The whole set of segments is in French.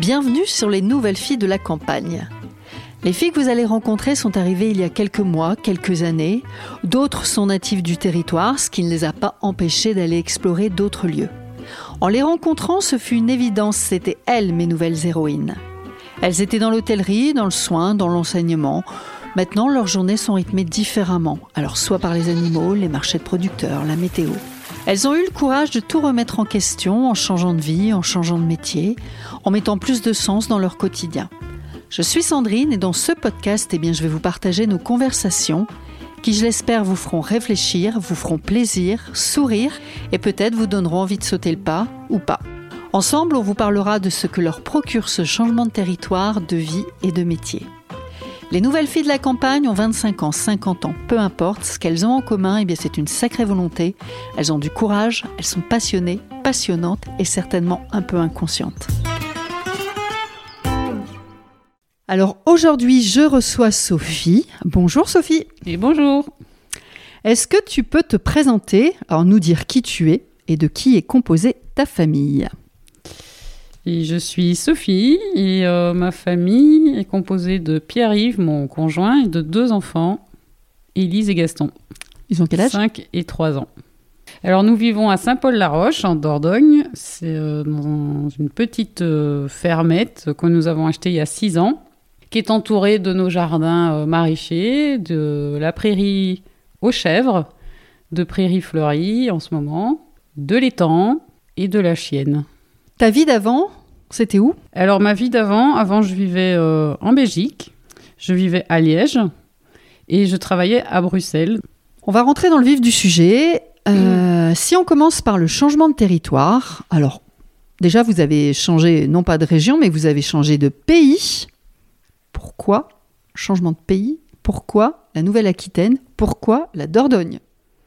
Bienvenue sur les nouvelles filles de la campagne. Les filles que vous allez rencontrer sont arrivées il y a quelques mois, quelques années. D'autres sont natives du territoire, ce qui ne les a pas empêchées d'aller explorer d'autres lieux. En les rencontrant, ce fut une évidence, c'étaient elles mes nouvelles héroïnes. Elles étaient dans l'hôtellerie, dans le soin, dans l'enseignement. Maintenant, leurs journées sont rythmées différemment. Alors soit par les animaux, les marchés de producteurs, la météo. Elles ont eu le courage de tout remettre en question en changeant de vie, en changeant de métier, en mettant plus de sens dans leur quotidien. Je suis Sandrine et dans ce podcast, je vais vous partager nos conversations qui, je l'espère, vous feront réfléchir, vous feront plaisir, sourire et peut-être vous donneront envie de sauter le pas ou pas. Ensemble, on vous parlera de ce que leur procure ce changement de territoire, de vie et de métier. Les nouvelles filles de la campagne ont 25 ans, 50 ans, peu importe. Ce qu'elles ont en commun, c'est une sacrée volonté. Elles ont du courage, elles sont passionnées, passionnantes et certainement un peu inconscientes. Alors aujourd'hui, je reçois Sophie. Bonjour Sophie. Et bonjour. Est-ce que tu peux te présenter, alors nous dire qui tu es et de qui est composée ta famille ? Et je suis Sophie et ma famille est composée de Pierre-Yves, mon conjoint, et de 2 enfants, Élise et Gaston. Ils ont quel âge ? 5 et 3 ans. Alors nous vivons à Saint-Paul-la-Roche, en Dordogne. C'est dans une petite fermette que nous avons achetée il y a 6 ans, qui est entourée de nos jardins maraîchers, de la prairie aux chèvres, de prairies fleuries en ce moment, de l'étang et de la chienne. Ta vie d'avant, c'était où ? Alors ma vie avant je vivais en Belgique, je vivais à Liège et je travaillais à Bruxelles. On va rentrer dans le vif du sujet. Si on commence par le changement de territoire, alors déjà vous avez changé, non pas de région, mais vous avez changé de pays. Pourquoi changement de pays ? Pourquoi la Nouvelle-Aquitaine ? Pourquoi la Dordogne ?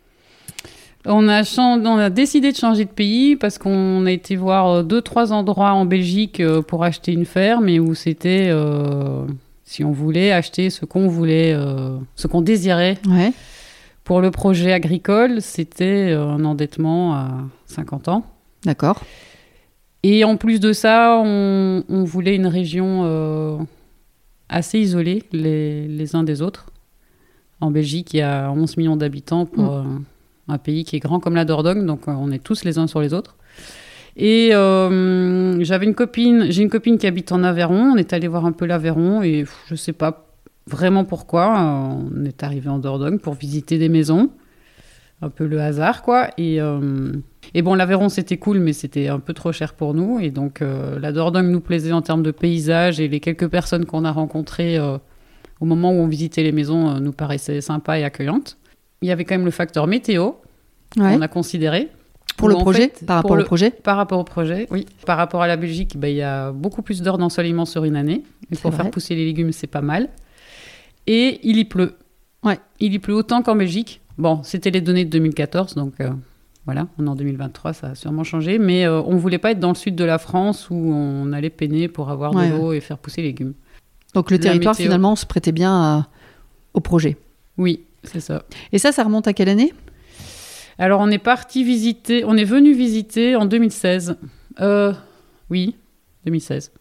On a décidé de changer de pays parce qu'on a été voir 2-3 endroits en Belgique pour acheter une ferme et où c'était, si on voulait acheter ce qu'on voulait, ce qu'on désirait. Ouais. Pour le projet agricole, c'était un endettement à 50 ans. D'accord. Et en plus de ça, on voulait une région assez isolée les uns des autres. En Belgique, il y a 11 millions d'habitants pour... un pays qui est grand comme la Dordogne, donc on est tous les uns sur les autres. Et j'ai une copine qui habite en Aveyron. On est allé voir un peu l'Aveyron et je ne sais pas vraiment pourquoi. On est arrivé en Dordogne pour visiter des maisons. Un peu le hasard, quoi. Et bon, l'Aveyron, c'était cool, mais c'était un peu trop cher pour nous. Et donc, la Dordogne nous plaisait en termes de paysage et les quelques personnes qu'on a rencontrées au moment où on visitait les maisons nous paraissaient sympas et accueillantes. Il y avait quand même le facteur météo qu'on a considéré. Pour le projet, par rapport au projet ? Par rapport au projet, oui. Par rapport à la Belgique, il y a beaucoup plus d'heures d'ensoleillement sur une année. Et pour faire pousser les légumes, c'est pas mal. Et il y pleut. Ouais. Il y pleut autant qu'en Belgique. Bon, c'était les données de 2014, donc voilà, on est en 2023, ça a sûrement changé. Mais on ne voulait pas être dans le sud de la France où on allait peiner pour avoir de l'eau et faire pousser les légumes. Donc le territoire, finalement, se prêtait bien au projet. Oui. C'est ça. Et ça remonte à quelle année ? Alors, on est venu visiter en 2016. Oui, 2016.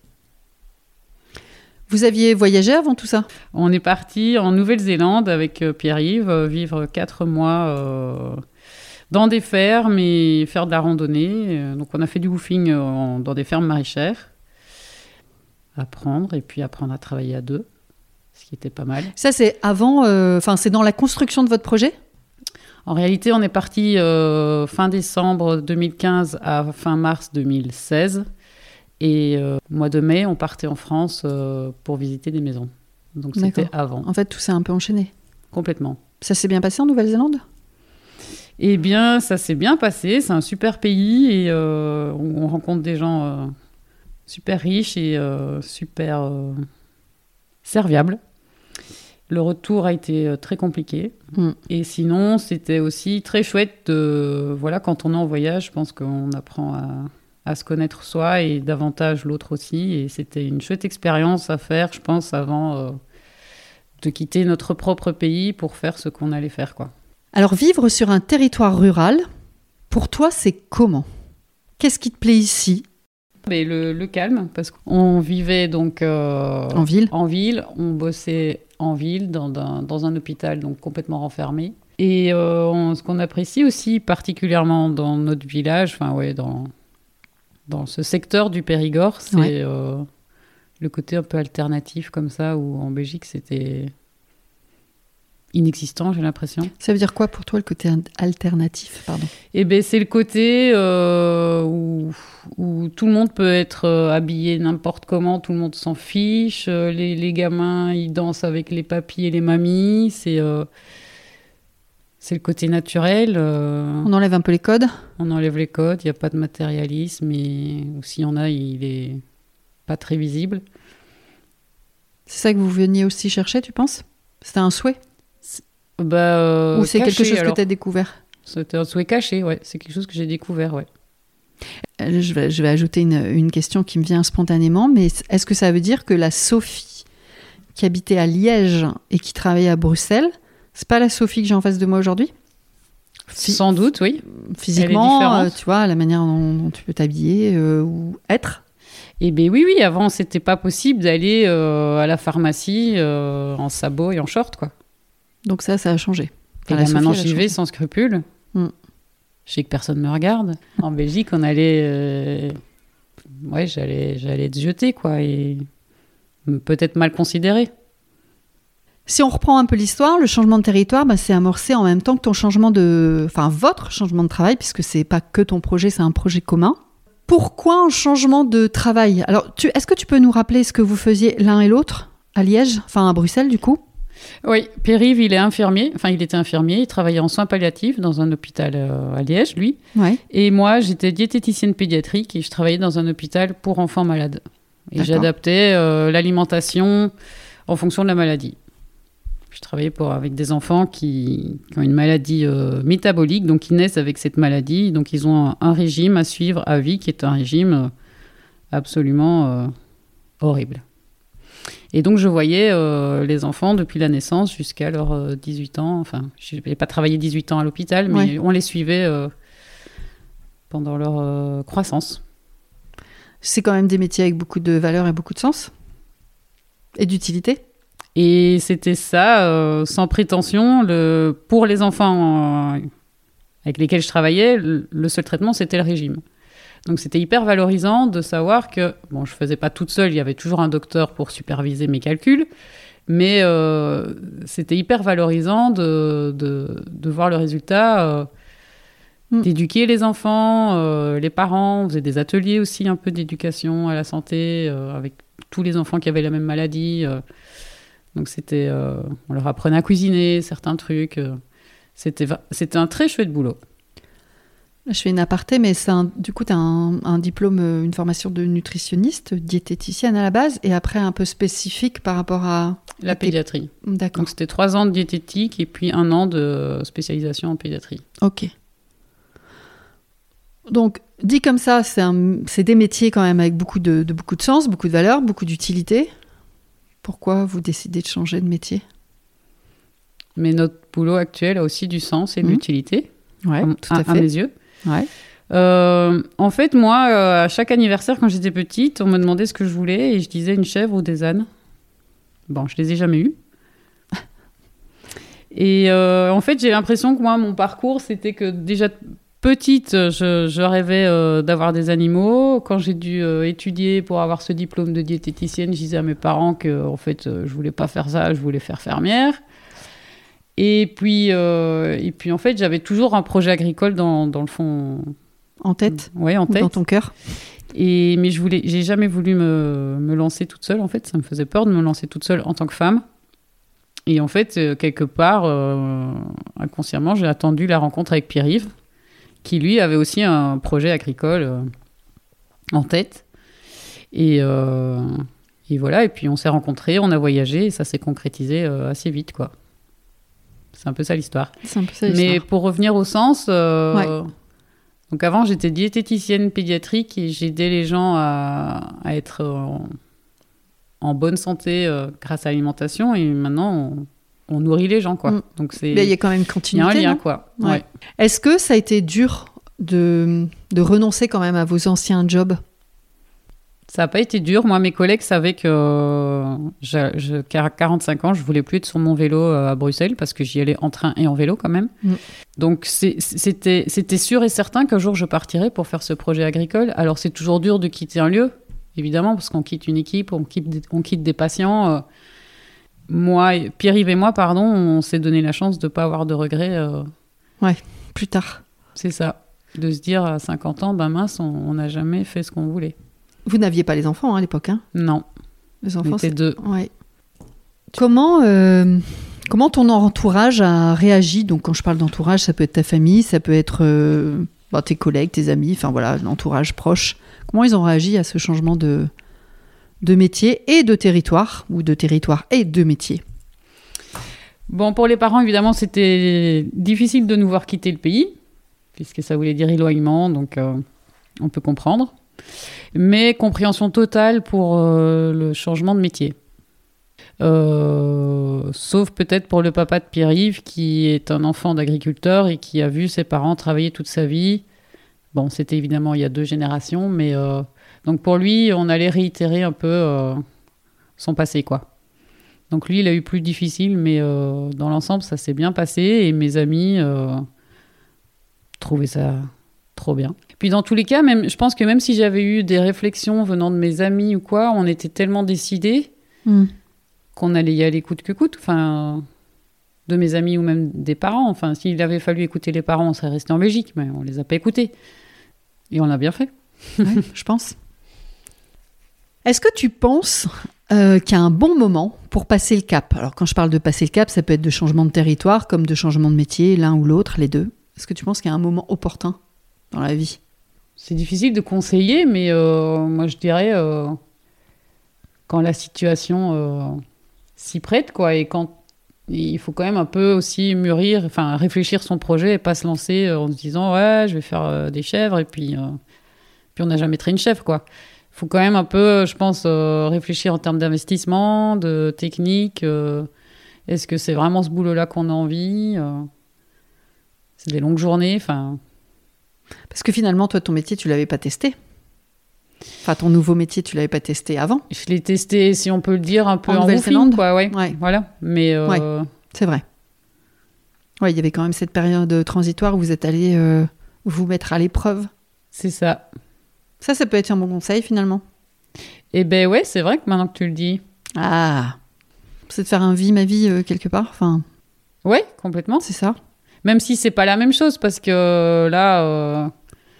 Vous aviez voyagé avant tout ça ? On est parti en Nouvelle-Zélande avec Pierre-Yves, vivre 4 mois dans des fermes et faire de la randonnée. Donc, on a fait du woofing dans des fermes maraîchères. Apprendre à travailler à 2. Ce qui était pas mal. Ça, c'est avant, c'est dans la construction de votre projet ? En réalité, on est parti fin décembre 2015 à fin mars 2016. Et mois de mai, on partait en France pour visiter des maisons. Donc, c'était avant. En fait, tout s'est un peu enchaîné. Complètement. Ça s'est bien passé en Nouvelle-Zélande ? Eh bien, ça s'est bien passé. C'est un super pays et on rencontre des gens super riches et super serviables. Le retour a été très compliqué. Et sinon, c'était aussi très chouette. Quand on est en voyage, je pense qu'on apprend à se connaître soi et davantage l'autre aussi. Et c'était une chouette expérience à faire, je pense, avant de quitter notre propre pays pour faire ce qu'on allait faire, quoi. Alors, vivre sur un territoire rural, pour toi, c'est comment ? Qu'est-ce qui te plaît ici ? Mais le calme, parce qu'on vivait donc En ville. On bossait en ville, dans un hôpital donc complètement renfermé. Et ce qu'on apprécie aussi particulièrement dans notre village, dans ce secteur du Périgord, c'est le côté un peu alternatif comme ça, où en Belgique c'était inexistant, j'ai l'impression. Ça veut dire quoi pour toi le côté alternatif, pardon? Eh ben, c'est le côté où tout le monde peut être habillé n'importe comment, tout le monde s'en fiche, les gamins ils dansent avec les papis et les mamies, c'est le côté naturel. On enlève un peu les codes? On enlève les codes, il n'y a pas de matérialisme, ou s'il y en a, il est pas très visible. C'est ça que vous veniez aussi chercher, tu penses? C'était un souhait? Ou c'est caché, quelque chose alors. que tu as découvert? C'était un souhait caché, ouais. C'est quelque chose que j'ai découvert, ouais. Je vais ajouter une question qui me vient spontanément, mais est-ce que ça veut dire que la Sophie qui habitait à Liège et qui travaillait à Bruxelles, c'est pas la Sophie que j'ai en face de moi aujourd'hui? Sans doute, oui. Physiquement, tu vois, la manière dont tu peux t'habiller ou être? Eh bien oui, avant, c'était pas possible d'aller à la pharmacie en sabot et en short, quoi. Donc ça a changé. Et là, maintenant, j'y vais sans scrupule. Je sais que personne ne me regarde. En Belgique, on allait... j'allais être jetée, quoi, et peut-être mal considérée. Si on reprend un peu l'histoire, le changement de territoire, c'est amorcé en même temps que votre changement de travail, puisque c'est pas que ton projet, c'est un projet commun. Pourquoi un changement de travail? Alors, est-ce que tu peux nous rappeler ce que vous faisiez l'un et l'autre à Liège, à Bruxelles, du coup? Oui, Pierre-Yves, il était infirmier, il travaillait en soins palliatifs dans un hôpital à Liège, lui. Ouais. Et moi, j'étais diététicienne pédiatrique et je travaillais dans un hôpital pour enfants malades. Et D'accord. j'adaptais l'alimentation en fonction de la maladie. Je travaillais avec des enfants qui ont une maladie métabolique, donc qui naissent avec cette maladie. Donc, ils ont un régime à suivre à vie qui est un régime absolument horrible. Et donc, je voyais les enfants depuis la naissance jusqu'à leurs 18 ans. Enfin, je n'ai pas travaillé 18 ans à l'hôpital, mais on les suivait pendant leur croissance. C'est quand même des métiers avec beaucoup de valeur et beaucoup de sens et d'utilité. Et c'était ça, sans prétention. Pour les enfants avec lesquels je travaillais, le seul traitement, c'était le régime. Donc c'était hyper valorisant de savoir que, je ne faisais pas toute seule, il y avait toujours un docteur pour superviser mes calculs, mais c'était hyper valorisant de voir le résultat, d'éduquer les enfants, les parents. On faisait des ateliers aussi un peu d'éducation à la santé, avec tous les enfants qui avaient la même maladie. Donc on leur apprenait à cuisiner certains trucs. C'était un très chouette boulot. Je fais une aparté, mais du coup, tu as un diplôme, une formation de nutritionniste, diététicienne à la base, et après un peu spécifique par rapport à... La pédiatrie. D'accord. Donc c'était 3 ans de diététique et puis 1 an de spécialisation en pédiatrie. Ok. Donc, dit comme ça, c'est des métiers quand même avec beaucoup de sens, beaucoup de valeur, beaucoup d'utilité. Pourquoi vous décidez de changer de métier? Mais notre boulot actuel a aussi du sens et de l'utilité, tout à fait. À mes yeux. Ouais. En fait, moi, à chaque anniversaire, quand j'étais petite, on me demandait ce que je voulais et je disais une chèvre ou des ânes. Bon, je les ai jamais eus. Et en fait, j'ai l'impression que moi, mon parcours, c'était que déjà petite, je rêvais d'avoir des animaux. Quand j'ai dû étudier pour avoir ce diplôme de diététicienne, je disais à mes parents que, en fait, je voulais pas faire ça, je voulais faire fermière. Et puis en fait, j'avais toujours un projet agricole dans le fond. En tête? Oui, en tête. Dans ton cœur? Mais j'ai jamais voulu me lancer toute seule, en fait. Ça me faisait peur de me lancer toute seule en tant que femme. Et en fait, quelque part, inconsciemment, j'ai attendu la rencontre avec Pierre-Yves, qui lui avait aussi un projet agricole en tête. Et voilà, et puis on s'est rencontrés, on a voyagé, et ça s'est concrétisé assez vite, quoi. C'est un peu ça l'histoire. Mais pour revenir au sens, donc avant j'étais diététicienne pédiatrique et j'aidais les gens à être en bonne santé grâce à l'alimentation, et maintenant on nourrit les gens, quoi. Donc il y a quand même continuité. Il y a un lien, quoi. Ouais. Est-ce que ça a été dur de renoncer quand même à vos anciens jobs? Ça n'a pas été dur. Moi, mes collègues savaient que qu'à 45 ans, je voulais plus être sur mon vélo à Bruxelles parce que j'y allais en train et en vélo quand même. Donc, c'était sûr et certain qu'un jour, je partirais pour faire ce projet agricole. Alors, c'est toujours dur de quitter un lieu, évidemment, parce qu'on quitte une équipe, on quitte des patients. Pierre-Yves et moi, on s'est donné la chance de ne pas avoir de regrets. Ouais, plus tard. C'est ça. De se dire à 50 ans, mince, on n'a jamais fait ce qu'on voulait. Vous n'aviez pas les enfants à l'époque, hein ? Non. Les enfants, on était deux. Ouais. Comment ton entourage a réagi ? Donc, quand je parle d'entourage, ça peut être ta famille, ça peut être tes collègues, tes amis, enfin voilà, l'entourage proche. Comment ils ont réagi à ce changement de métier et de territoire, ou de territoire et de métier ? Bon, pour les parents, évidemment, c'était difficile de nous voir quitter le pays, puisque ça voulait dire éloignement, donc on peut comprendre. Mais compréhension totale pour le changement de métier. Sauf peut-être pour le papa de Pierre-Yves, qui est un enfant d'agriculteur et qui a vu ses parents travailler toute sa vie. Bon, c'était évidemment il y a 2 générations, mais donc pour lui, on allait réitérer un peu son passé, quoi. Donc lui, il a eu plus difficile, mais dans l'ensemble, ça s'est bien passé et mes amis trouvaient ça trop bien. Puis dans tous les cas, je pense que même si j'avais eu des réflexions venant de mes amis ou quoi, on était tellement décidés qu'on allait y aller coûte que coûte. Enfin, de mes amis ou même des parents. Enfin, s'il avait fallu écouter les parents, on serait resté en Belgique, mais on les a pas écoutés. Et on l'a bien fait. Ouais, je pense. Est-ce que tu penses qu'il y a un bon moment pour passer le cap ? Alors, quand je parle de passer le cap, ça peut être de changement de territoire comme de changement de métier, l'un ou l'autre, les deux. Est-ce que tu penses qu'il y a un moment opportun dans la vie ? C'est difficile de conseiller, mais moi, je dirais quand la situation s'y prête, quoi, et quand il faut quand même un peu aussi mûrir, enfin, réfléchir son projet et pas se lancer en se disant « Ouais, je vais faire des chèvres » et puis on n'a jamais traité une chèvre, quoi. Il faut quand même un peu, je pense, réfléchir en termes d'investissement, de technique. Est-ce que c'est vraiment ce boulot-là qu'on a envie ? C'est des longues journées, enfin... Parce que finalement, toi, ton métier, tu l'avais pas testé. Enfin, ton nouveau métier, tu l'avais pas testé avant. Je l'ai testé, si on peut le dire, un peu en Nouvelle-Zélande, quoi, ouais. Voilà. Mais ouais, c'est vrai. Ouais, il y avait quand même cette période transitoire où vous êtes allé vous mettre à l'épreuve. C'est ça. Ça peut être un bon conseil, finalement. Eh ben ouais, c'est vrai que maintenant que tu le dis. Ah, c'est de faire un vie, ma vie, quelque part. Enfin. Ouais, complètement. C'est ça. Même si c'est pas la même chose, parce que là,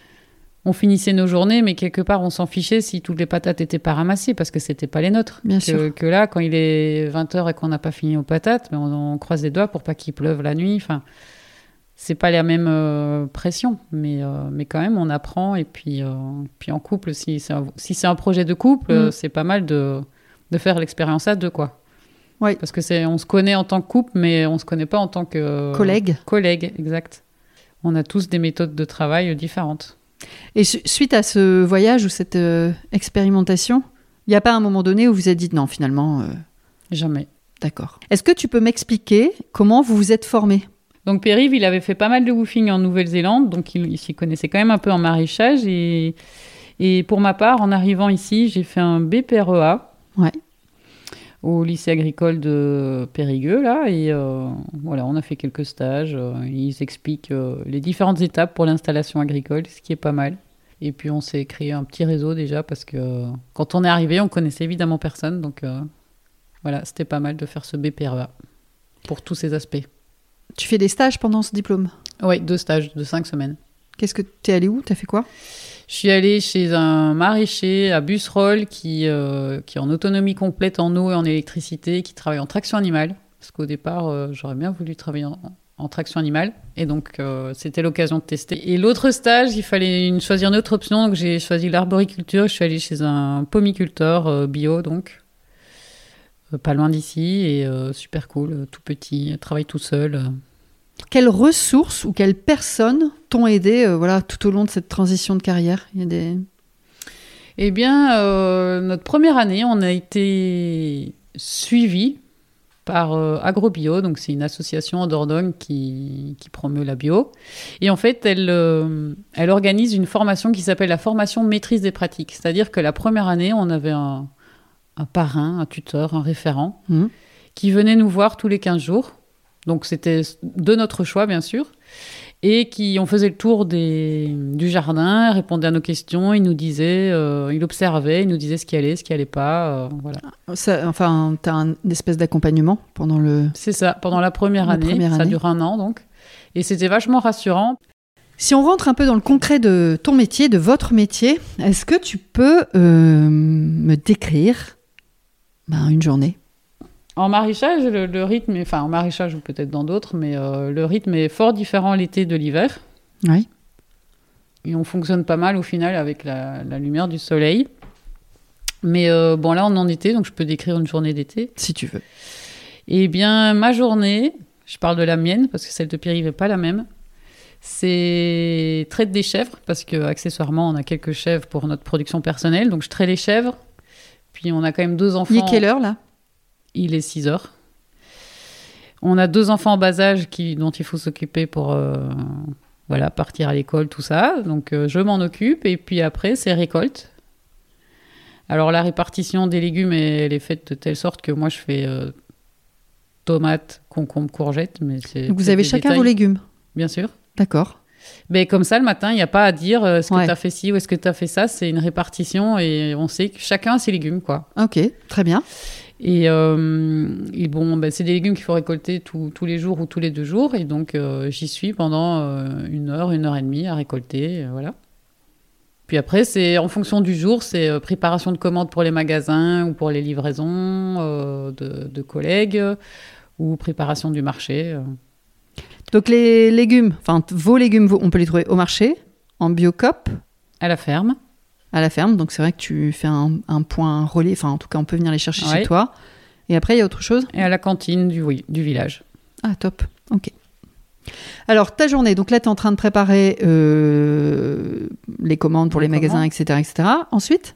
on finissait nos journées, mais quelque part, on s'en fichait si toutes les patates n'étaient pas ramassées, parce que c'était pas les nôtres. Bien sûr. Que là, quand il est 20h et qu'on n'a pas fini aux patates, mais on croise les doigts pour pas qu'il pleuve la nuit. Enfin, c'est pas la même pression, mais quand même, on apprend. Et puis en couple, si c'est un projet de couple, c'est pas mal de faire l'expérience à deux, quoi. Ouais. Parce que on se connaît en tant que couple, mais on se connaît pas en tant que... Collègue, exact. On a tous des méthodes de travail différentes. Et suite à ce voyage ou cette expérimentation, il n'y a pas un moment donné où vous vous êtes dit non, finalement... Jamais. D'accord. Est-ce que tu peux m'expliquer comment vous vous êtes formé ? Donc Pierre-Yves, il avait fait pas mal de woofing en Nouvelle-Zélande, donc il s'y connaissait quand même un peu en maraîchage. Et pour ma part, en arrivant ici, j'ai fait un BPREA. Ouais. Au lycée agricole de Périgueux, là, et voilà, on a fait quelques stages. Ils expliquent les différentes étapes pour l'installation agricole, ce qui est pas mal. Et puis on s'est créé un petit réseau déjà, parce que quand on est arrivé, on connaissait évidemment personne, donc voilà, c'était pas mal de faire ce BPREA pour tous ces aspects. Tu fais des stages pendant ce diplôme ? Oui, 2 stages de 5 semaines. Qu'est-ce que t'es allé où ? T'as fait quoi ? Je suis allée chez un maraîcher à Busserolles qui est en autonomie complète en eau et en électricité, qui travaille en traction animale. Parce qu'au départ, j'aurais bien voulu travailler en traction animale. Et donc, c'était l'occasion de tester. Et l'autre stage, il fallait choisir une autre option. Donc, j'ai choisi l'arboriculture. Je suis allée chez un pomiculteur bio, donc pas loin d'ici. Et super cool, tout petit, travaille tout seul. Quelles ressources ou quelles personnes t'ont aidé tout au long de cette transition de carrière ? Il y a des... Eh bien, notre première année, on a été suivis par AgroBio, donc c'est une association en Dordogne qui promeut la bio. Et en fait, elle organise une formation qui s'appelle la formation maîtrise des pratiques. C'est-à-dire que la première année, on avait un parrain, un tuteur, un référent, qui venait nous voir tous les 15 jours. Donc c'était de notre choix, bien sûr. Et on faisait le tour du jardin, répondait à nos questions, il nous disait, il observait, il nous disait ce qui allait pas, voilà. Enfin, tu as une espèce d'accompagnement pendant le... C'est ça, pendant la première année, ça dure 1 an donc. Et c'était vachement rassurant. Si on rentre un peu dans le concret de ton métier, de votre métier, est-ce que tu peux me décrire une journée ? En maraîchage, le rythme, en maraîchage ou peut-être dans d'autres, mais le rythme est fort différent l'été de l'hiver. Oui. Et on fonctionne pas mal au final avec la lumière du soleil. Mais là, on est en été, donc je peux décrire une journée d'été. Si tu veux. Eh bien, ma journée, je parle de la mienne, parce que celle de Pierre-Yves n'est pas la même, c'est traite des chèvres, parce qu'accessoirement, on a quelques chèvres pour notre production personnelle, donc je traite les chèvres. Puis on a quand même 2 enfants. Il est quelle heure, là ? Il est 6 heures. On a 2 enfants en bas âge dont il faut s'occuper pour partir à l'école, tout ça. Donc, je m'en occupe. Et puis après, c'est récolte. Alors, la répartition des légumes, elle est faite de telle sorte que moi, je fais tomates, concombres, courgettes. Mais donc, vous avez chacun vos légumes ? Bien sûr. D'accord. Mais comme ça, le matin, il n'y a pas à dire est-ce que tu as fait ci ou est-ce que tu as fait ça. C'est une répartition et on sait que chacun a ses légumes, quoi. Ok, très bien. Et c'est des légumes qu'il faut récolter tous les jours ou tous les 2 jours. Et donc, j'y suis pendant 1 heure et demie à récolter. Voilà. Puis après, c'est en fonction du jour, c'est préparation de commandes pour les magasins ou pour les livraisons de collègues ou préparation du marché. Donc, les légumes, vos légumes, on peut les trouver au marché, en Biocoop. À la ferme. À la ferme, donc c'est vrai que tu fais un point relais, en tout cas on peut venir les chercher chez toi. Et après il y a autre chose ? Et à la cantine du village. Ah top, ok. Alors ta journée, donc là tu es en train de préparer les commandes pour les magasins, etc. Ensuite,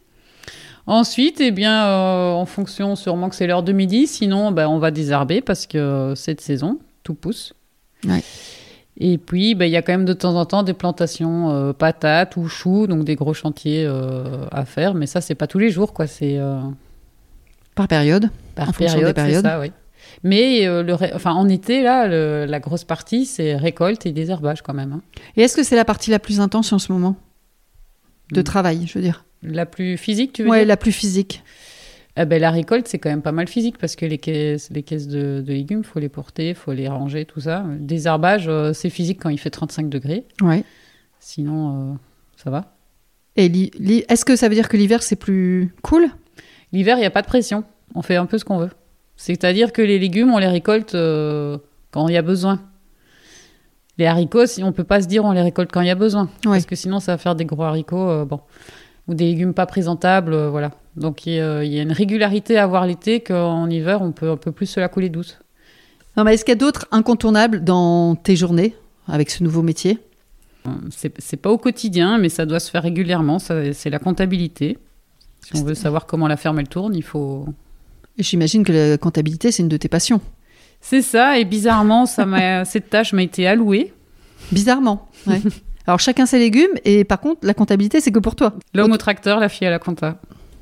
en fonction sûrement que c'est l'heure de midi, sinon on va désherber parce que cette saison, tout pousse. Ouais. Et puis, il y a quand même de temps en temps des plantations patates ou choux, donc des gros chantiers à faire. Mais ça, c'est pas tous les jours, quoi. C'est par période. Par période, c'est ça, oui. Mais en été, là, la grosse partie, c'est récolte et désherbage quand même. Hein. Et est-ce que c'est la partie la plus intense en ce moment de travail, je veux dire ? La plus physique, tu veux dire ? Oui, la plus physique. La récolte, c'est quand même pas mal physique parce que les caisses de légumes, il faut les porter, il faut les ranger, tout ça. Désherbage, c'est physique quand il fait 35 degrés. Ouais. Sinon, ça va. Et est-ce que ça veut dire que l'hiver, c'est plus cool ? L'hiver, il n'y a pas de pression. On fait un peu ce qu'on veut. C'est-à-dire que les légumes, on les récolte quand il y a besoin. Les haricots, on ne peut pas se dire on les récolte quand il y a besoin. Ouais. Parce que sinon, ça va faire des gros haricots. Ou des légumes pas présentables, voilà. Donc, il y a une régularité à avoir l'été qu'en hiver, on peut un peu plus se la couler douce. Non, mais est-ce qu'il y a d'autres incontournables dans tes journées avec ce nouveau métier ? C'est pas au quotidien, mais ça doit se faire régulièrement. C'est la comptabilité. Si on veut savoir comment la ferme, elle tourne, il faut... Et j'imagine que la comptabilité, c'est une de tes passions. C'est ça, et bizarrement, cette tâche m'a été allouée. Bizarrement, ouais. Alors, chacun ses légumes, et par contre, la comptabilité, c'est que pour toi. L'homme au tracteur, la fille à la compta.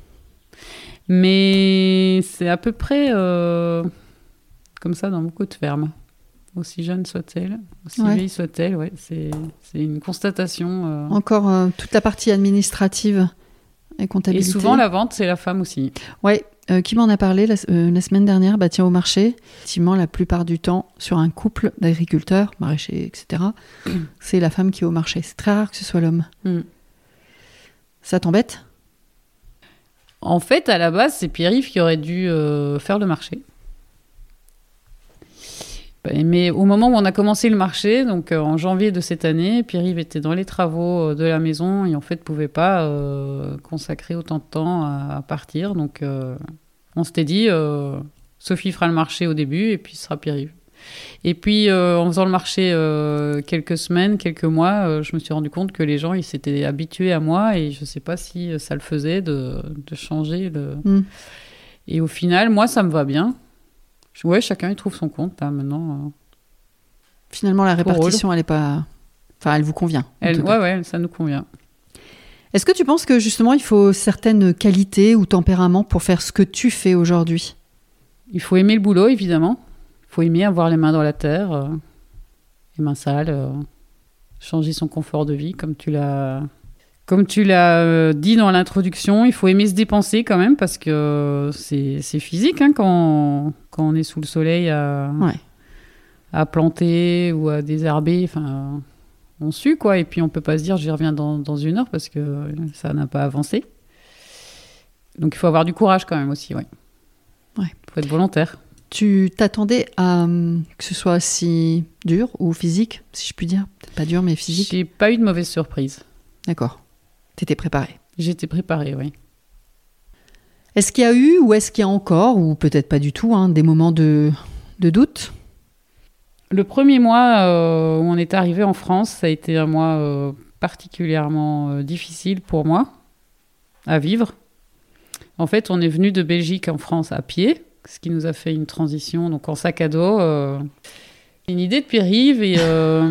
Mais c'est à peu près comme ça dans beaucoup de fermes. Aussi jeune soit-elle, aussi vieille soit-elle, ouais, c'est une constatation. Encore toute la partie administrative et comptabilité. Et souvent, la vente, c'est la femme aussi. Oui. Qui m'en a parlé la semaine dernière ? Tiens, au marché, effectivement, la plupart du temps, sur un couple d'agriculteurs, maraîchers, etc., c'est la femme qui est au marché. C'est très rare que ce soit l'homme. Ça t'embête ? En fait, à la base, c'est Pierre-Yves qui aurait dû faire le marché. Mais au moment où on a commencé le marché, donc en janvier de cette année, Pierre-Yves était dans les travaux de la maison et en fait ne pouvait pas consacrer autant de temps à partir. Donc on s'était dit, Sophie fera le marché au début et puis ce sera Pierre-Yves. Et puis en faisant le marché quelques semaines, quelques mois, je me suis rendu compte que les gens ils s'étaient habitués à moi et je ne sais pas si ça le faisait de changer. Et au final, moi ça me va bien. Ouais, chacun y trouve son compte, là, maintenant. Finalement, la répartition, elle est pas... Enfin, elle vous convient. Ouais, ça nous convient. Est-ce que tu penses que, justement, il faut certaines qualités ou tempéraments pour faire ce que tu fais aujourd'hui ? Il faut aimer le boulot, évidemment. Il faut aimer avoir les mains dans la terre, les mains sales, changer son confort de vie, comme tu l'as dit dans l'introduction. Il faut aimer se dépenser quand même, parce que c'est physique hein, quand on est sous le soleil à planter ou à désherber. Enfin, on sue, quoi. Et puis, on ne peut pas se dire, j'y reviens dans une heure, parce que ça n'a pas avancé. Donc, il faut avoir du courage quand même aussi, ouais. Il faut être volontaire. Tu t'attendais à que ce soit si dur ou physique, si je puis dire ? Peut-être pas dur, mais physique. J'ai pas eu de mauvaise surprise. D'accord. T'étais préparée ? J'étais préparée, oui. Est-ce qu'il y a eu, ou est-ce qu'il y a encore, ou peut-être pas du tout, des moments de doute ? Le premier mois où on est arrivé en France, ça a été un mois particulièrement difficile pour moi à vivre. En fait, on est venu de Belgique en France à pied, ce qui nous a fait une transition donc en sac à dos. Une idée de Pierre-Yves et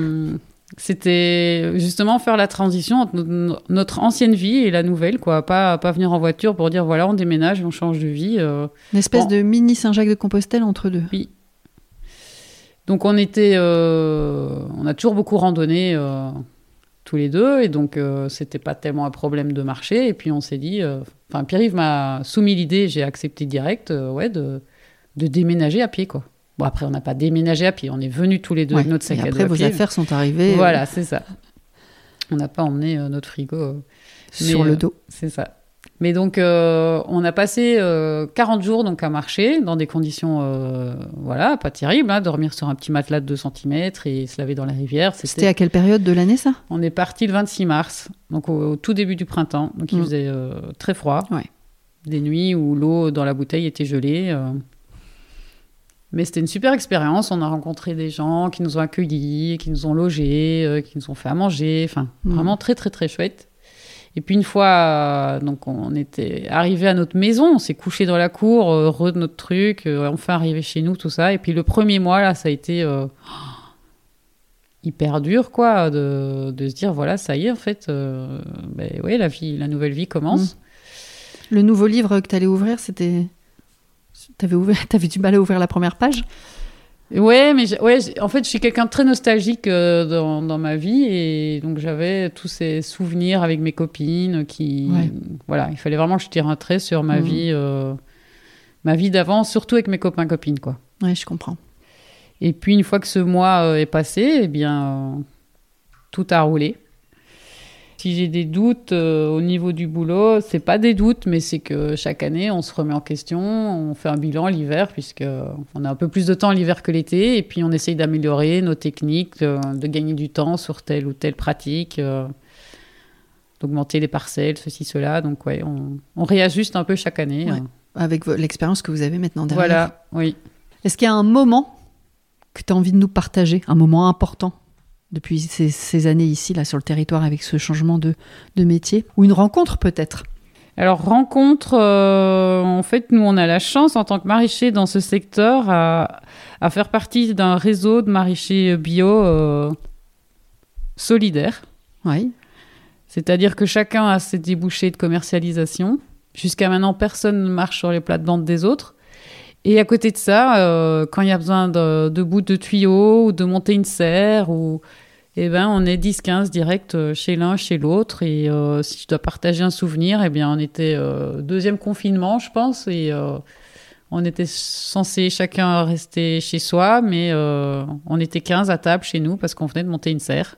c'était justement faire la transition entre notre ancienne vie et la nouvelle, quoi. Pas venir en voiture pour dire voilà, on déménage, on change de vie. Une espèce de mini Saint-Jacques-de-Compostelle entre deux. Oui. Donc on a toujours beaucoup randonné tous les deux et donc c'était pas tellement un problème de marcher. Et puis on s'est dit, Pierre-Yves m'a soumis l'idée, j'ai accepté direct, de déménager à pied, quoi. Bon, après on n'a pas déménagé à pied, on est venus tous les deux avec notre sac à dos. Après vos affaires sont arrivées. Voilà, c'est ça. On n'a pas emmené notre frigo sur le dos. C'est ça. Mais donc, on a passé 40 jours donc, à marcher dans des conditions pas terribles. Hein, dormir sur un petit matelas de 2 cm et se laver dans la rivière. C'était à quelle période de l'année, ça ? On est parti le 26 mars, donc au tout début du printemps. Donc, il faisait très froid. Ouais. Des nuits où l'eau dans la bouteille était gelée. Mais c'était une super expérience. On a rencontré des gens qui nous ont accueillis, qui nous ont logés, qui nous ont fait à manger. Enfin, vraiment très, très, très chouette. Et puis une fois, donc on était arrivé à notre maison, on s'est couché dans la cour, heureux de notre truc, enfin arrivé chez nous, tout ça. Et puis le premier mois, là, ça a été hyper dur, quoi, de se dire, voilà, ça y est, en fait, la nouvelle vie commence. Le nouveau livre que tu allais ouvrir, c'était... T'avais du mal à ouvrir la première page ? Ouais, mais en fait, je suis quelqu'un de très nostalgique dans ma vie et donc j'avais tous ces souvenirs avec mes copines voilà, il fallait vraiment que je tire un trait sur ma vie d'avant, surtout avec mes copains-copines, quoi. Ouais, je comprends. Et puis, une fois que ce mois est passé, eh bien, tout a roulé. Si j'ai des doutes au niveau du boulot, c'est pas des doutes, mais c'est que chaque année, on se remet en question, on fait un bilan l'hiver, puisqu'on a un peu plus de temps l'hiver que l'été, et puis on essaye d'améliorer nos techniques, de gagner du temps sur telle ou telle pratique, d'augmenter les parcelles, ceci, cela. Donc, ouais, on réajuste un peu chaque année. Ouais. Avec l'expérience que vous avez maintenant derrière. Voilà, oui. Est-ce qu'il y a un moment que tu as envie de nous partager, un moment important depuis ces années ici, là, sur le territoire, avec ce changement de métier, ou une rencontre peut-être ? Alors, rencontre, en fait, nous, on a la chance, en tant que maraîchers dans ce secteur, à faire partie d'un réseau de maraîchers bio solidaire. Oui. C'est-à-dire que chacun a ses débouchés de commercialisation. Jusqu'à maintenant, personne ne marche sur les plates-bandes des autres. Et à côté de ça, quand il y a besoin de bouts de tuyaux ou de monter une serre, on est 10-15 direct chez l'un, chez l'autre. Et si je dois partager un souvenir, on était deuxième confinement, je pense. Et on était censé chacun rester chez soi, mais on était 15 à table chez nous parce qu'on venait de monter une serre.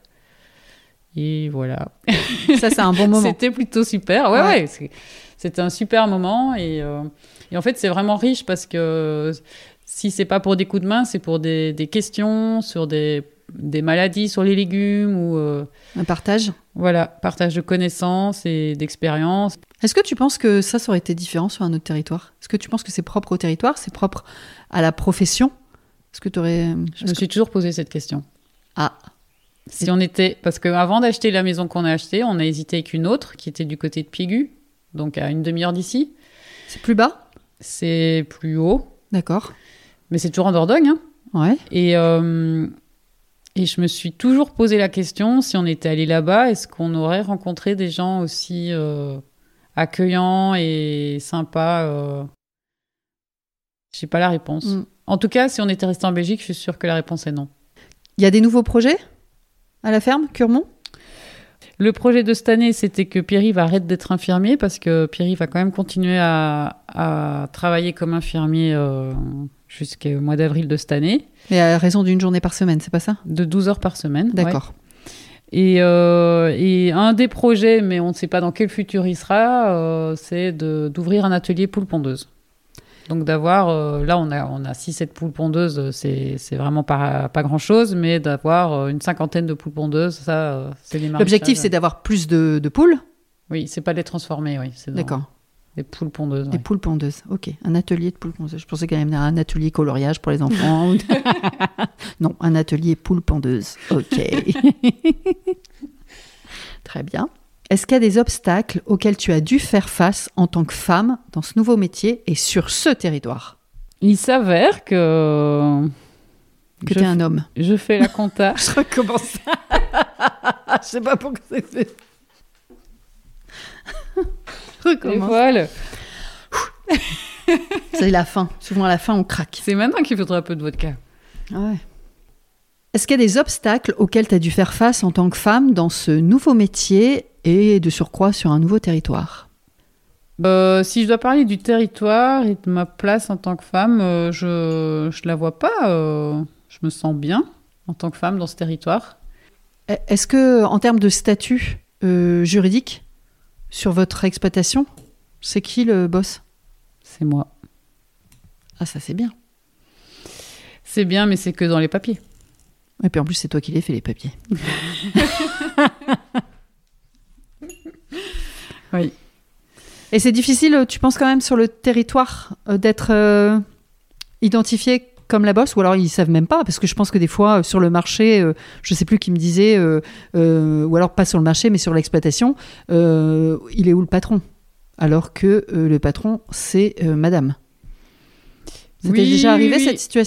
Et voilà. Ça, c'est un bon moment. C'était plutôt super. Ouais. C'était un super moment. Et en fait, c'est vraiment riche parce que si c'est pas pour des coups de main, c'est pour des questions sur des maladies sur les légumes ou... un partage. Voilà, partage de connaissances et d'expériences. Est-ce que tu penses que ça aurait été différent sur un autre territoire ? Est-ce que tu penses que c'est propre au territoire ? C'est propre à la profession ? Est-ce que tu aurais... Je me suis toujours posé cette question. Ah. Si on était... Parce qu'avant d'acheter la maison qu'on a achetée, on a hésité avec une autre qui était du côté de Piégu, donc à une demi-heure d'ici. C'est plus bas ? C'est plus haut. D'accord. Mais c'est toujours en Dordogne. Hein. Ouais. Et je me suis toujours posé la question, si on était allé là-bas, est-ce qu'on aurait rencontré des gens aussi accueillants et sympas J'ai pas la réponse. En tout cas, si on était resté en Belgique, je suis sûre que la réponse est non. Il y a des nouveaux projets à la ferme, Curmont ? Le projet de cette année, c'était que Pierre-Yves arrête d'être infirmier parce que Pierre-Yves va quand même continuer à travailler comme infirmier jusqu'au mois d'avril de cette année. Et à raison d'une journée par semaine, c'est pas ça ? De 12 heures par semaine. D'accord. Ouais. Et un des projets, mais on ne sait pas dans quel futur il sera, c'est d'ouvrir un atelier poule pondeuse. Donc d'avoir, là on a 6-7 poules pondeuses, c'est vraiment pas grand-chose, mais d'avoir une 50aine de poules pondeuses, ça c'est des maraîchages. L'objectif c'est d'avoir plus de poules ? Oui, c'est pas de les transformer, oui. D'accord. Des poules pondeuses. Des poules pondeuses, ok. Un atelier de poules pondeuses. Je pensais quand même à un atelier coloriage pour les enfants. Non, un atelier poules pondeuses, ok. Très bien. Est-ce qu'il y a des obstacles auxquels tu as dû faire face en tant que femme dans ce nouveau métier et sur ce territoire ? Il s'avère que tu es un homme. Je fais la compta. Je recommence. Je sais pas pourquoi c'est fait. Et voilà. C'est la fin. Souvent à la fin, on craque. C'est maintenant qu'il faudra un peu de vodka. Ouais. Est-ce qu'il y a des obstacles auxquels tu as dû faire face en tant que femme dans ce nouveau métier et de surcroît sur un nouveau territoire ? Si je dois parler du territoire et de ma place en tant que femme, je la vois pas. Je me sens bien en tant que femme dans ce territoire. Est-ce que, en termes de statut juridique sur votre exploitation, c'est qui le boss ? C'est moi. Ah, ça c'est bien. C'est bien, mais c'est que dans les papiers. Et puis en plus, c'est toi qui les fais, les papiers. Oui. Et c'est difficile, tu penses quand même, sur le territoire, d'être identifié comme la bosse ? Ou alors ils ne savent même pas ? Parce que je pense que des fois, sur le marché, je ne sais plus qui me disait, ou alors pas sur le marché, mais sur l'exploitation, il est où le patron ? Alors que le patron, c'est madame. Ça t'est déjà arrivé, cette situation ?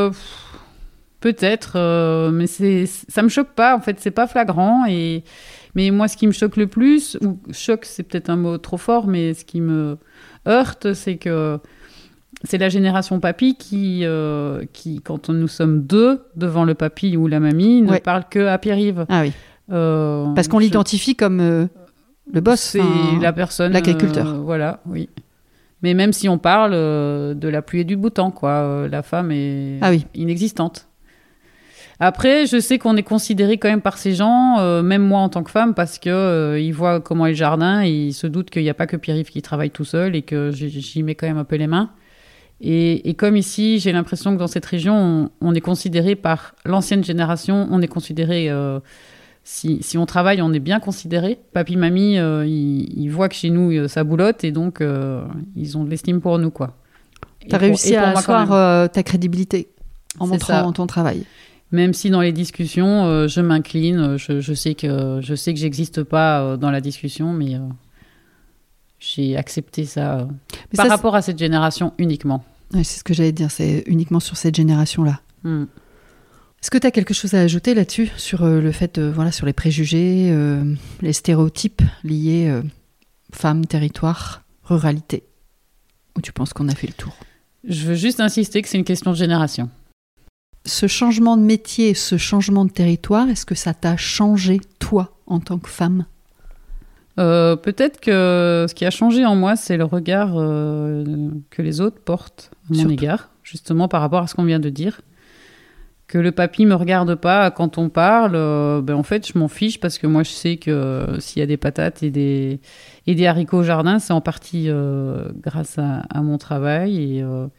Peut-être, mais ça me choque pas. En fait, c'est pas flagrant. Mais moi, ce qui me choque le plus, ou choc, c'est peut-être un mot trop fort, mais ce qui me heurte, c'est que c'est la génération papy qui quand nous sommes deux devant le papy ou la mamie, ne parle que à Pierre-Yves. Ah oui. Parce qu'on l'identifie comme le boss. C'est la personne. L'agriculteur. Voilà, oui. Mais même si on parle de la pluie et du beau temps, quoi, la femme est inexistante. Après, je sais qu'on est considéré quand même par ces gens, même moi en tant que femme, parce que ils voient comment est le jardin et ils se doutent qu'il n'y a pas que Pierre-Yves qui travaille tout seul et que j'y mets quand même un peu les mains. Et comme ici, j'ai l'impression que dans cette région, on est considéré par l'ancienne génération, on est considéré... Si on travaille, on est bien considéré. Papy, mamie, ils voient que chez nous, ça boulotte et donc ils ont de l'estime pour nous, quoi. Tu as réussi à asseoir ta crédibilité en montrant ton travail. Même si dans les discussions, je m'incline, je sais que j'existe pas dans la discussion, mais j'ai accepté ça par rapport à cette génération uniquement. Ouais, c'est ce que j'allais te dire, c'est uniquement sur cette génération-là. Est-ce que tu as quelque chose à ajouter là-dessus, sur le fait, sur les préjugés, les stéréotypes liés femmes, territoire, ruralité ? Ou tu penses qu'on a fait le tour ? Je veux juste insister que c'est une question de génération. Ce changement de métier, ce changement de territoire, est-ce que ça t'a changé, toi, en tant que femme ? Peut-être que ce qui a changé en moi, c'est le regard que les autres portent à mon égard, justement par rapport à ce qu'on vient de dire. Que le papy me regarde pas quand on parle, en fait, je m'en fiche parce que moi, je sais que s'il y a des patates et des haricots au jardin, c'est en partie grâce à mon travail.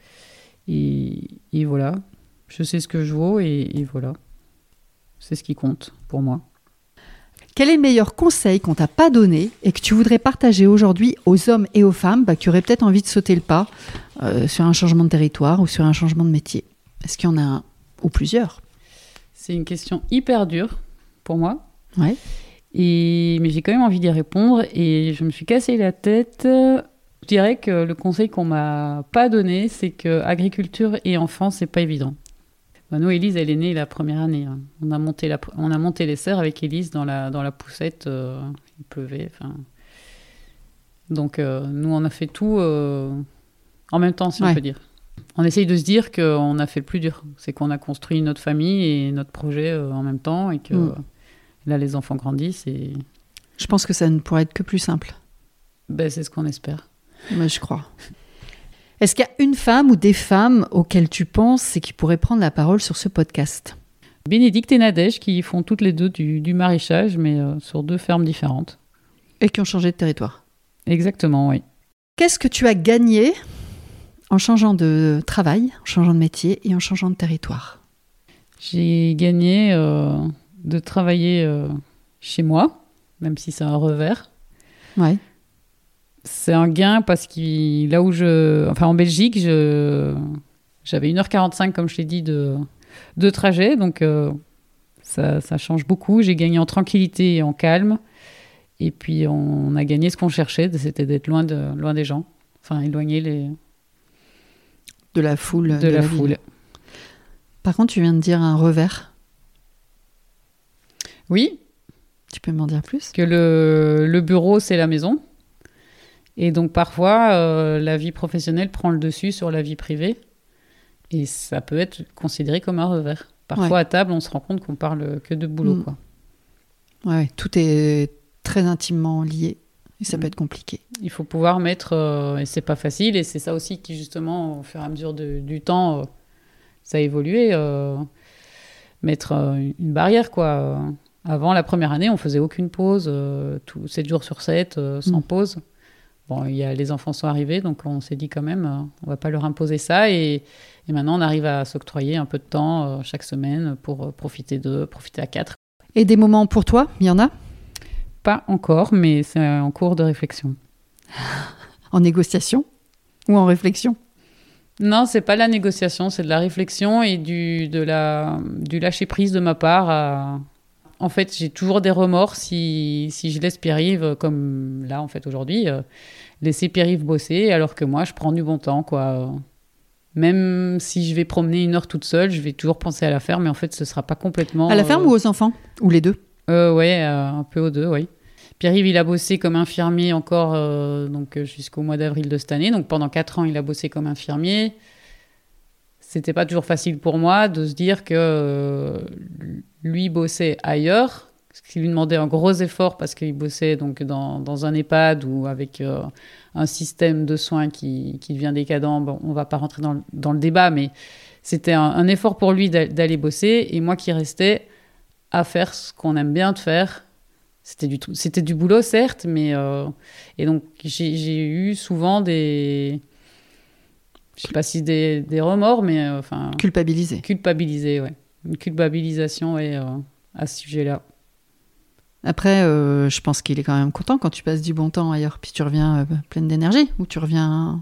Et voilà. Je sais ce que je vaux et voilà. C'est ce qui compte pour moi. Quel est le meilleur conseil qu'on t'a pas donné et que tu voudrais partager aujourd'hui aux hommes et aux femmes qui auraient peut-être envie de sauter le pas sur un changement de territoire ou sur un changement de métier ? Est-ce qu'il y en a un ou plusieurs ? C'est une question hyper dure pour moi. Ouais. Mais j'ai quand même envie d'y répondre et je me suis cassé la tête Je dirais que le conseil qu'on m'a pas donné, c'est que agriculture et enfants, c'est pas évident. Nous, Élise, elle est née la première année. Hein. On a monté les serres avec Élise dans la poussette. Il pleuvait. Donc, nous, on a fait tout en même temps, si on peut dire. On essaye de se dire qu'on a fait le plus dur. C'est qu'on a construit notre famille et notre projet en même temps et que là, les enfants grandissent. Et... Je pense que ça ne pourrait être que plus simple. C'est ce qu'on espère. Moi, je crois. Est-ce qu'il y a une femme ou des femmes auxquelles tu penses et qui pourraient prendre la parole sur ce podcast ? Bénédicte et Nadège, qui font toutes les deux du maraîchage, mais sur 2 fermes différentes. Et qui ont changé de territoire. Exactement, oui. Qu'est-ce que tu as gagné en changeant de travail, en changeant de métier et en changeant de territoire ? J'ai gagné de travailler chez moi, même si c'est un revers. Ouais. C'est un gain parce que là où en Belgique, j'avais 1h45, comme je l'ai dit, de trajet. Donc, ça change beaucoup. J'ai gagné en tranquillité et en calme. Et puis, on a gagné ce qu'on cherchait, c'était d'être loin des gens. Enfin, éloigner de la foule. De la foule. Par contre, tu viens de dire un revers. Oui. Tu peux m'en dire plus ? Que le bureau, c'est la maison. Et donc, parfois, la vie professionnelle prend le dessus sur la vie privée. Et ça peut être considéré comme un revers. Parfois, à table, on se rend compte qu'on parle que de boulot, quoi. Ouais, tout est très intimement lié. Et ça peut être compliqué. Il faut pouvoir mettre... et c'est pas facile. Et c'est ça aussi qui, justement, au fur et à mesure du temps, ça a évolué. Mettre une barrière, quoi. Avant, la première année, on faisait aucune pause. 7 jours sur 7, sans pause. Bon, les enfants sont arrivés, donc on s'est dit quand même, on va pas leur imposer ça. Et maintenant, on arrive à s'octroyer un peu de temps chaque semaine pour profiter à 4. Et des moments pour toi, il y en a ? Pas encore, mais c'est en cours de réflexion. En négociation ou en réflexion ? Non, c'est pas la négociation, c'est de la réflexion et du lâcher-prise de ma part. En fait, j'ai toujours des remords si je laisse Pierre-Yves, comme là, en fait, aujourd'hui, laisser Pierre-Yves bosser, alors que moi, je prends du bon temps, quoi. Même si je vais promener 1 heure toute seule, je vais toujours penser à la ferme, mais en fait, ce sera pas complètement... À la ferme ou aux enfants ? Ou les deux ? Ouais, un peu aux deux, oui. Pierre-Yves, il a bossé comme infirmier encore donc, jusqu'au mois d'avril de cette année. Donc, pendant 4 ans, il a bossé comme infirmier. C'était pas toujours facile pour moi de se dire que lui bossait ailleurs, ce qui lui demandait un gros effort parce qu'il bossait donc dans un EHPAD ou avec un système de soins qui devient décadent. Bon, on va pas rentrer dans le débat, mais c'était un effort pour lui d'aller bosser et moi qui restais à faire ce qu'on aime bien de faire. C'était du boulot, certes, mais... et donc, j'ai eu souvent des... Je sais pas si des remords, mais enfin... Culpabilisé, ouais. Une culpabilisation, ouais, à ce sujet-là. Après, je pense qu'il est quand même content quand tu passes du bon temps ailleurs, puis tu reviens pleine d'énergie, ou tu reviens...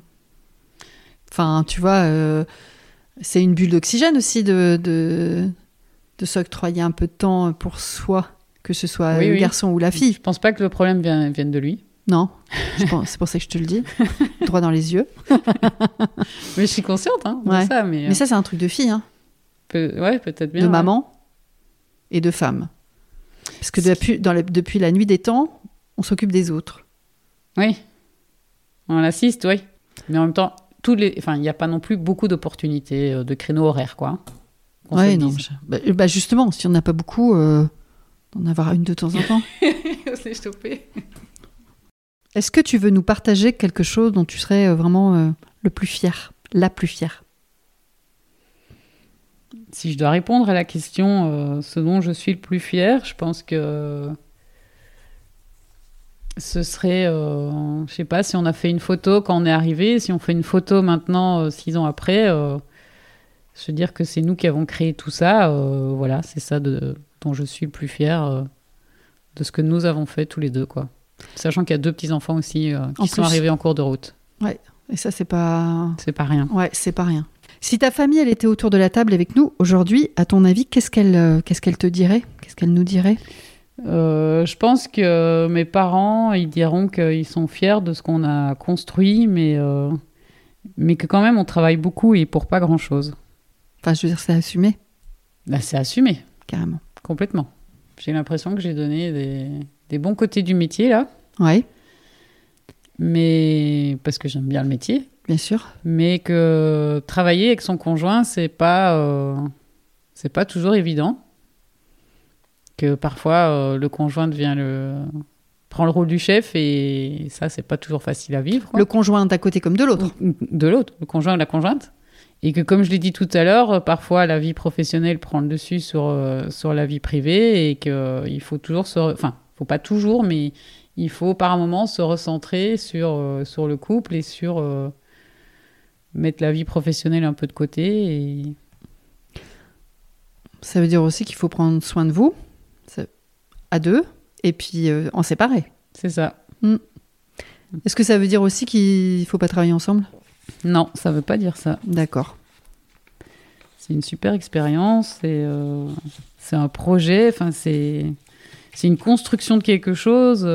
Enfin, tu vois, c'est une bulle d'oxygène aussi de s'octroyer un peu de temps pour soi, que ce soit le garçon ou la fille. Je pense pas que le problème vienne de lui. Non, c'est pour ça que je te le dis, droit dans les yeux. Mais je suis consciente de ça. Mais ça, c'est un truc de fille. Hein. Peut-être bien. De maman et de femme. Parce que depuis la nuit des temps, on s'occupe des autres. Oui, on l'assiste, oui. Mais en même temps, il n'y a pas non plus beaucoup d'opportunités de créneaux horaires, quoi. Oui, non. Justement, si on n'a pas beaucoup, d'en avoir une de temps en temps. C'est stoppé. Est-ce que tu veux nous partager quelque chose dont tu serais vraiment le plus fier, la plus fière ? Si je dois répondre à la question, ce dont je suis le plus fier, je pense que ce serait, je sais pas, si on a fait une photo quand on est arrivé, si on fait une photo maintenant, 6 ans après, je veux dire que c'est nous qui avons créé tout ça. Voilà, c'est ça dont je suis le plus fier de ce que nous avons fait tous les deux, quoi. Sachant qu'il y a 2 petits-enfants aussi qui sont arrivés en cours de route. Ouais, et ça, c'est pas... C'est pas rien. Ouais, c'est pas rien. Si ta famille, elle était autour de la table avec nous aujourd'hui, à ton avis, qu'est-ce qu'elle te dirait ? Qu'est-ce qu'elle nous dirait ? Je pense que mes parents, ils diront qu'ils sont fiers de ce qu'on a construit, mais que quand même, on travaille beaucoup et pour pas grand-chose. Enfin, je veux dire, c'est assumé. Là, c'est assumé. Carrément. Complètement. J'ai l'impression que j'ai donné des bons côtés du métier, là. Oui. Mais parce que j'aime bien le métier. Bien sûr. Mais que travailler avec son conjoint, c'est pas toujours évident. Que parfois, le conjoint prend le rôle du chef et ça, c'est pas toujours facile à vivre. Quoi. Le conjoint d'un côté comme de l'autre. De l'autre, le conjoint ou la conjointe. Et que, comme je l'ai dit tout à l'heure, parfois, la vie professionnelle prend le dessus sur la vie privée et qu'il faut toujours faut pas toujours, mais il faut par un moment se recentrer sur le couple et sur mettre la vie professionnelle un peu de côté. Et... Ça veut dire aussi qu'il faut prendre soin de vous, à deux, et puis en séparer. C'est ça. Est-ce que ça veut dire aussi qu'il ne faut pas travailler ensemble ? Non, ça ne veut pas dire ça. D'accord. C'est une super expérience, c'est un projet, c'est une construction de quelque chose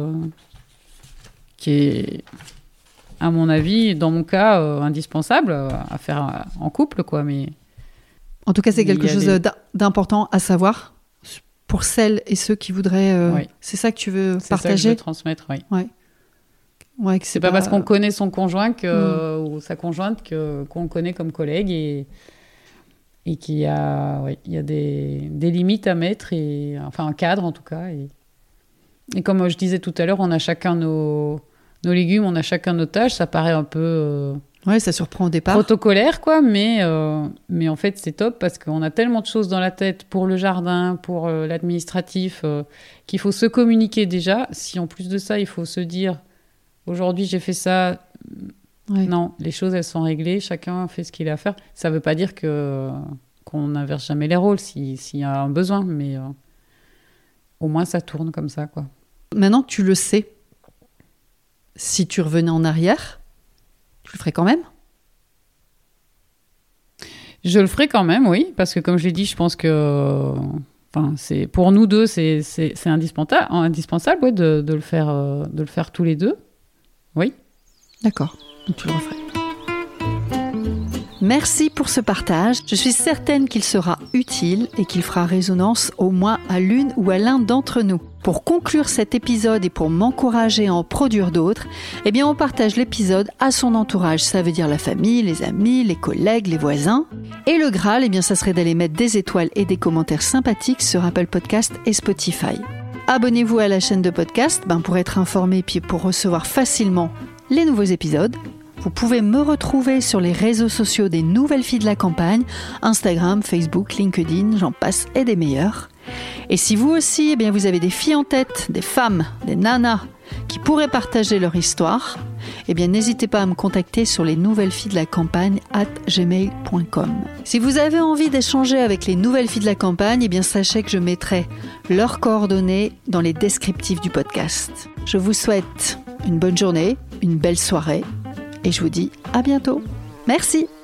qui est, à mon avis, dans mon cas, indispensable à faire en couple, quoi. Mais en tout cas, c'est quelque chose d'important à savoir pour celles et ceux qui voudraient... Oui. C'est ça que tu veux c'est partager ? C'est ça que je veux transmettre, oui. Ouais, que c'est pas parce qu'on connaît son conjoint ou sa conjointe qu'on le connaît comme collègue et qu'il y a, il y a des limites à mettre, enfin un cadre en tout cas. Et comme je disais tout à l'heure, on a chacun nos légumes, on a chacun nos tâches. Ça paraît un peu ça surprend au départ. Protocolaire, quoi, mais en fait c'est top parce qu'on a tellement de choses dans la tête pour le jardin, pour l'administratif, qu'il faut se communiquer déjà. Si en plus de ça, il faut se dire... Aujourd'hui, j'ai fait ça. Ouais. Non, les choses, elles sont réglées. Chacun fait ce qu'il a à faire. Ça ne veut pas dire qu'on n'inverse jamais les rôles s'il y a un besoin, mais au moins, ça tourne comme ça, quoi. Maintenant que tu le sais, si tu revenais en arrière, tu le ferais quand même ? Je le ferais quand même, oui, parce que comme je l'ai dit, je pense que... pour nous deux, c'est indispensable de le faire tous les deux. Oui. D'accord, donc tu le referais. Merci pour ce partage. Je suis certaine qu'il sera utile et qu'il fera résonance au moins à l'une ou à l'un d'entre nous. Pour conclure cet épisode et pour m'encourager à en produire d'autres, on partage l'épisode à son entourage. Ça veut dire la famille, les amis, les collègues, les voisins. Et le Graal, ça serait d'aller mettre des étoiles et des commentaires sympathiques sur Apple Podcast et Spotify. Abonnez-vous à la chaîne de podcast pour être informé puis pour recevoir facilement les nouveaux épisodes. Vous pouvez me retrouver sur les réseaux sociaux des Nouvelles Filles de la Campagne, Instagram, Facebook, LinkedIn, j'en passe et des meilleurs. Et si vous aussi, vous avez des filles en tête, des femmes, des nanas qui pourraient partager leur histoire, n'hésitez pas à me contacter sur lesnouvellesfillesdelacampagne@gmail.com. Si vous avez envie d'échanger avec les Nouvelles Filles de la Campagne, sachez que je mettrai leurs coordonnées dans les descriptifs du podcast. Je vous souhaite une bonne journée, une belle soirée et je vous dis à bientôt. Merci.